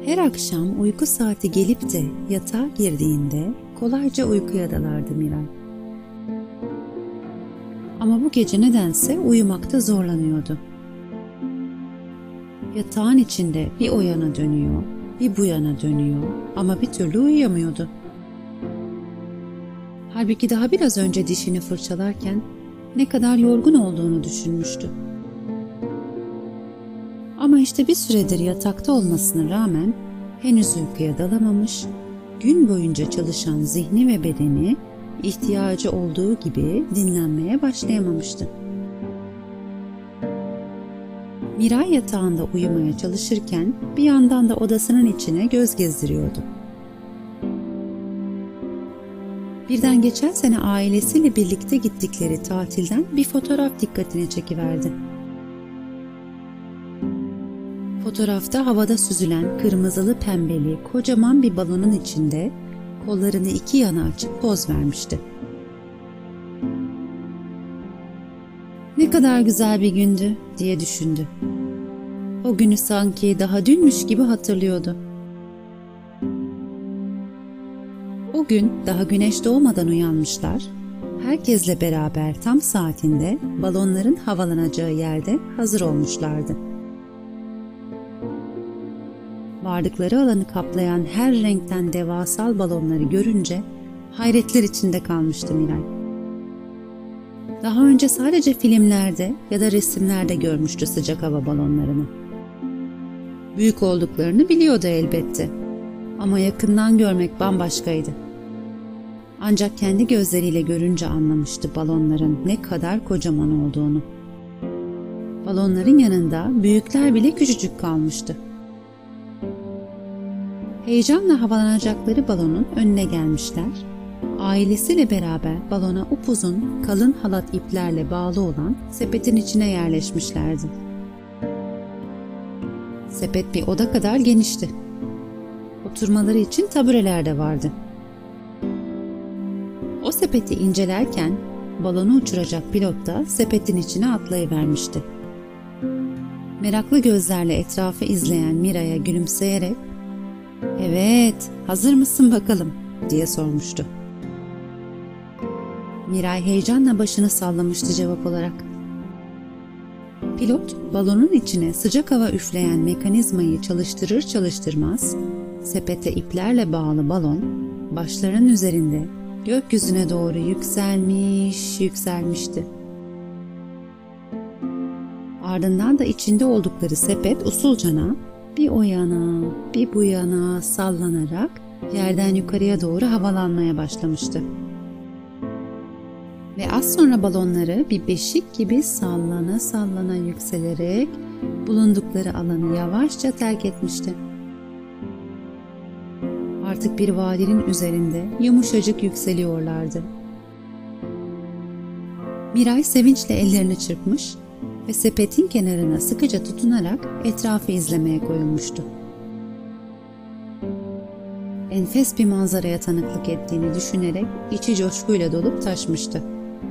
Her akşam uyku saati gelip de yatağa girdiğinde kolayca uykuya dalardı Miray. Ama bu gece nedense uyumakta zorlanıyordu. Yatağın içinde bir o yana dönüyor, bir bu yana dönüyor ama bir türlü uyuyamıyordu. Halbuki daha biraz önce dişini fırçalarken ne kadar yorgun olduğunu düşünmüştü. Ama işte bir süredir yatakta olmasına rağmen henüz uykuya dalamamış, gün boyunca çalışan zihni ve bedeni ihtiyacı olduğu gibi dinlenmeye başlayamamıştı. Miray yatağında uyumaya çalışırken bir yandan da odasının içine göz gezdiriyordu. Birden geçen sene ailesiyle birlikte gittikleri tatilden bir fotoğraf dikkatini çekiverdi. Fotoğrafta havada süzülen kırmızılı pembeli kocaman bir balonun içinde kollarını iki yana açıp poz vermişti. Ne kadar güzel bir gündü diye düşündü. O günü sanki daha dünmüş gibi hatırlıyordu. O gün daha güneş doğmadan uyanmışlar, herkesle beraber tam saatinde balonların havalanacağı yerde hazır olmuşlardı. Vardıkları alanı kaplayan her renkten devasal balonları görünce hayretler içinde kalmıştı Miray. Daha önce sadece filmlerde ya da resimlerde görmüştü sıcak hava balonlarını. Büyük olduklarını biliyordu elbette. Ama yakından görmek bambaşkaydı. Ancak kendi gözleriyle görünce anlamıştı balonların ne kadar kocaman olduğunu. Balonların yanında büyükler bile küçücük kalmıştı. Heyecanla havalanacakları balonun önüne gelmişler. Ailesiyle beraber balona upuzun, kalın halat iplerle bağlı olan sepetin içine yerleşmişlerdi. Sepet bir oda kadar genişti. Oturmaları için tabureler de vardı. O sepeti incelerken balonu uçuracak pilot da sepetin içine atlayıvermişti. Meraklı gözlerle etrafı izleyen Miray'a gülümseyerek "Evet, hazır mısın bakalım?" diye sormuştu. Miray heyecanla başını sallamıştı cevap olarak. Pilot balonun içine sıcak hava üfleyen mekanizmayı çalıştırır çalıştırmaz sepete iplerle bağlı balon başlarının üzerinde gökyüzüne doğru yükselmişti. Ardından da içinde oldukları sepet usulcana bir o yana bir bu yana sallanarak yerden yukarıya doğru havalanmaya başlamıştı. Ve az sonra balonları bir beşik gibi sallana sallana yükselerek bulundukları alanı yavaşça terk etmişti. Artık bir vadinin üzerinde yumuşacık yükseliyorlardı. Miray sevinçle ellerini çırpmış ve sepetin kenarına sıkıca tutunarak etrafı izlemeye koyulmuştu. Enfes bir manzaraya tanıklık ettiğini düşünerek içi coşkuyla dolup taşmıştı.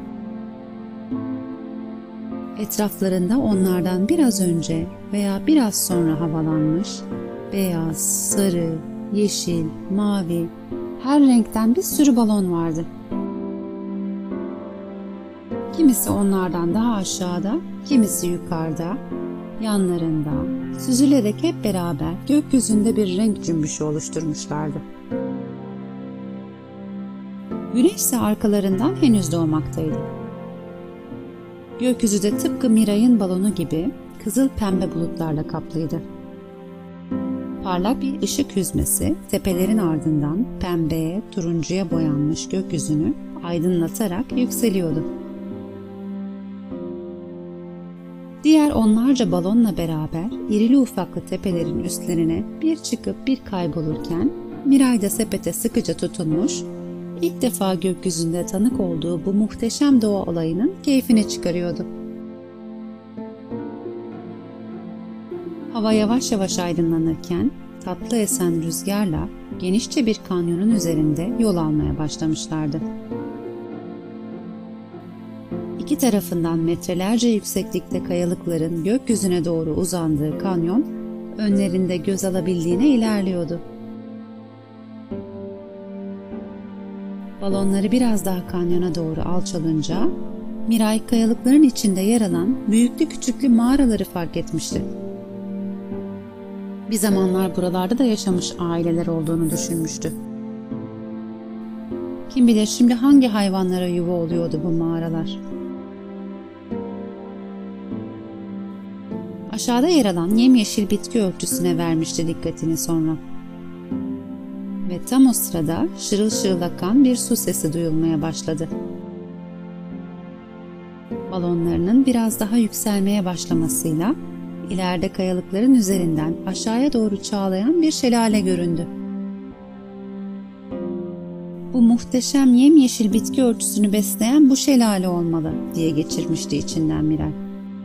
Etraflarında onlardan biraz önce veya biraz sonra havalanmış, beyaz, sarı, yeşil, mavi, her renkten bir sürü balon vardı. Kimisi onlardan daha aşağıda, kimisi yukarıda, yanlarında, süzülerek hep beraber gökyüzünde bir renk cümbüşü oluşturmuşlardı. Güneş ise arkalarından henüz doğmaktaydı. Gökyüzü de tıpkı Miray'ın balonu gibi kızıl pembe bulutlarla kaplıydı. Parlak bir ışık hüzmesi tepelerin ardından pembeye, turuncuya boyanmış gökyüzünü aydınlatarak yükseliyordu. Diğer onlarca balonla beraber irili ufaklı tepelerin üstlerine bir çıkıp bir kaybolurken Miray da sepete sıkıca tutunmuş, ilk defa gökyüzünde tanık olduğu bu muhteşem doğa olayının keyfini çıkarıyordu. Hava yavaş yavaş aydınlanırken tatlı esen rüzgarla genişçe bir kanyonun üzerinde yol almaya başlamışlardı. İki tarafından metrelerce yükseklikte kayalıkların gökyüzüne doğru uzandığı kanyon önlerinde göz alabildiğine ilerliyordu. Balonları biraz daha kanyona doğru alçalınca Miray kayalıkların içinde yer alan büyüklü küçüklü mağaraları fark etmişti. Bir zamanlar buralarda da yaşamış aileler olduğunu düşünmüştü. Kim bilir şimdi hangi hayvanlara yuva oluyordu bu mağaralar. Aşağıda yer alan yemyeşil bitki örtüsüne vermişti dikkatini sonra. Ve tam o sırada şırıl şırıl akan bir su sesi duyulmaya başladı. Balonlarının biraz daha yükselmeye başlamasıyla ileride kayalıkların üzerinden aşağıya doğru çağlayan bir şelale göründü. Bu muhteşem yemyeşil bitki örtüsünü besleyen bu şelale olmalı diye geçirmişti içinden Miray.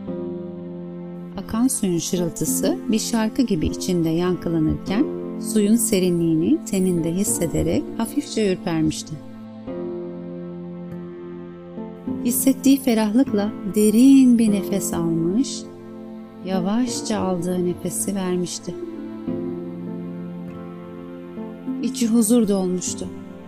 Akan suyun şırıltısı bir şarkı gibi içinde yankılanırken suyun serinliğini teninde hissederek hafifçe ürpermişti. Hissettiği ferahlıkla derin bir nefes almış, yavaşça aldığı nefesi vermişti. İçi huzur dolmuştu.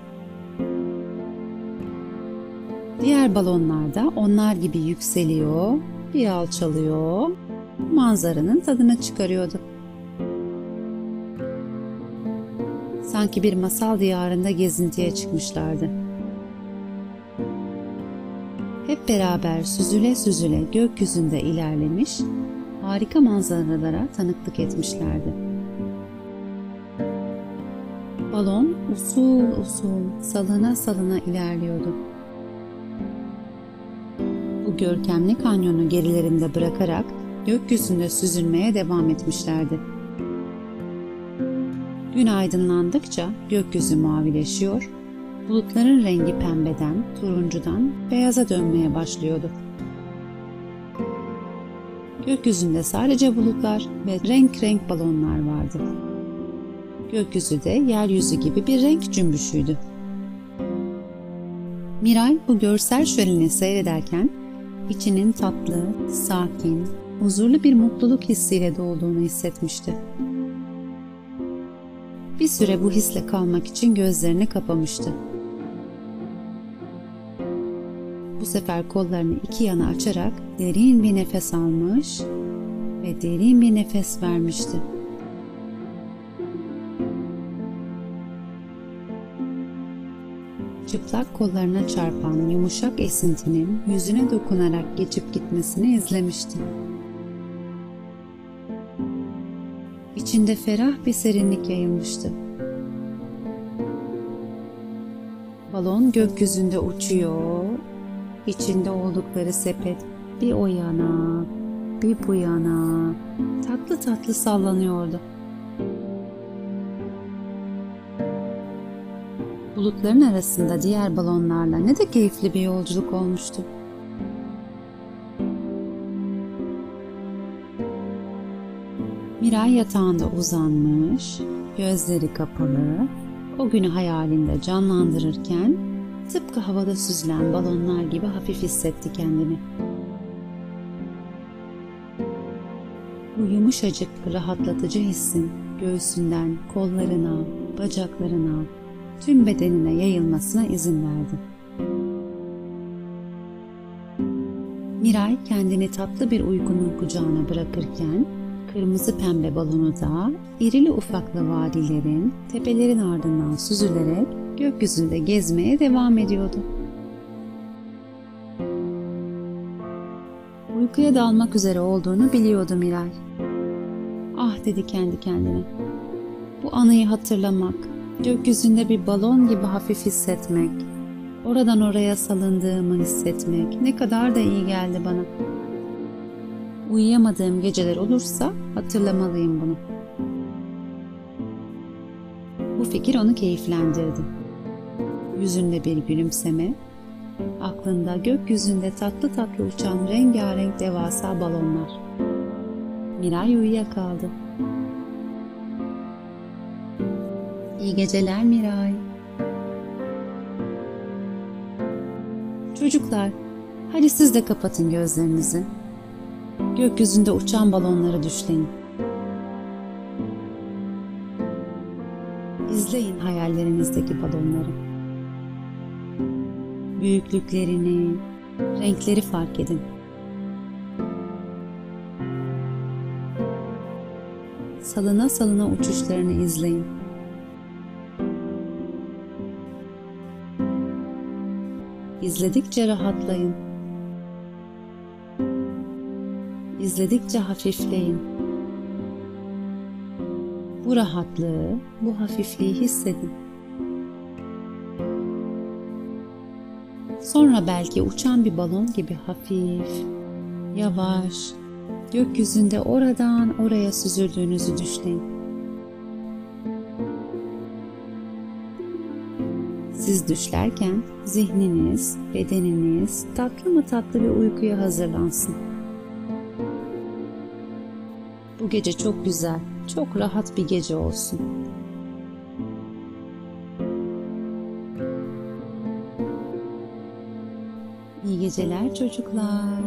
Diğer balonlar da onlar gibi yükseliyor, bir alçalıyor, manzaranın tadını çıkarıyordu. Sanki bir masal diyarında gezintiye çıkmışlardı. Hep beraber süzüle süzüle gökyüzünde ilerlemiş, harika manzaralara tanıklık etmişlerdi. Balon usul usul, salına salına ilerliyordu. Bu görkemli kanyonu gerilerinde bırakarak gökyüzünde süzülmeye devam etmişlerdi. Gün aydınlandıkça gökyüzü mavileşiyor, bulutların rengi pembeden, turuncudan beyaza dönmeye başlıyordu. Gökyüzünde sadece bulutlar ve renk renk balonlar vardı. Gökyüzü de yeryüzü gibi bir renk cümbüşüydü. Miray bu görsel şöleni seyrederken içinin tatlı, sakin, huzurlu bir mutluluk hissiyle dolduğunu hissetmişti. Bir süre bu hisle kalmak için gözlerini kapamıştı. Bu sefer kollarını iki yana açarak derin bir nefes almış ve derin bir nefes vermişti. Çıplak kollarına çarpan yumuşak esintinin yüzüne dokunarak geçip gitmesini izlemişti. İçinde ferah bir serinlik yayılmıştı. Balon gökyüzünde uçuyor, içinde oldukları sepet bir o yana, bir bu yana tatlı tatlı sallanıyordu. Bulutların arasında diğer balonlarla ne de keyifli bir yolculuk olmuştu. Miray yatağında uzanmış, gözleri kapalı, o günü hayalinde canlandırırken tıpkı havada süzülen balonlar gibi hafif hissetti kendini. Bu yumuşacık, rahatlatıcı hissin göğsünden kollarına, bacaklarına, tüm bedenine yayılmasına izin verdi. Miray kendini tatlı bir uykunun kucağına bırakırken kırmızı pembe balonu da irili ufaklı vadilerin, tepelerin ardından süzülerek gökyüzünde gezmeye devam ediyordu. Uykuya dalmak üzere olduğunu biliyordu Miray. Ah dedi kendi kendine. Bu anıyı hatırlamak, gökyüzünde bir balon gibi hafif hissetmek, oradan oraya salındığımı hissetmek ne kadar da iyi geldi bana. Uyuyamadığım geceler olursa hatırlamalıyım bunu. Bu fikir onu keyiflendirdi. Yüzünde bir gülümseme, aklında gökyüzünde tatlı tatlı uçan rengarenk devasa balonlar. Miray uyuyakaldı. İyi geceler Miray. Çocuklar, hadi siz de kapatın gözlerinizi. Gökyüzünde uçan balonları düşleyin. İzleyin hayallerinizdeki balonları. Büyüklüklerini, renkleri fark edin. Salına salına uçuşlarını izleyin. İzledikçe rahatlayın. İzledikçe hafifleyin. Bu rahatlığı, bu hafifliği hissedin. Sonra belki uçan bir balon gibi hafif, yavaş, gökyüzünde oradan oraya süzüldüğünüzü düşünün. Siz düşlerken zihniniz, bedeniniz tatlı mı tatlı bir uykuya hazırlansın. Bu gece çok güzel, çok rahat bir gece olsun. İyi geceler çocuklar.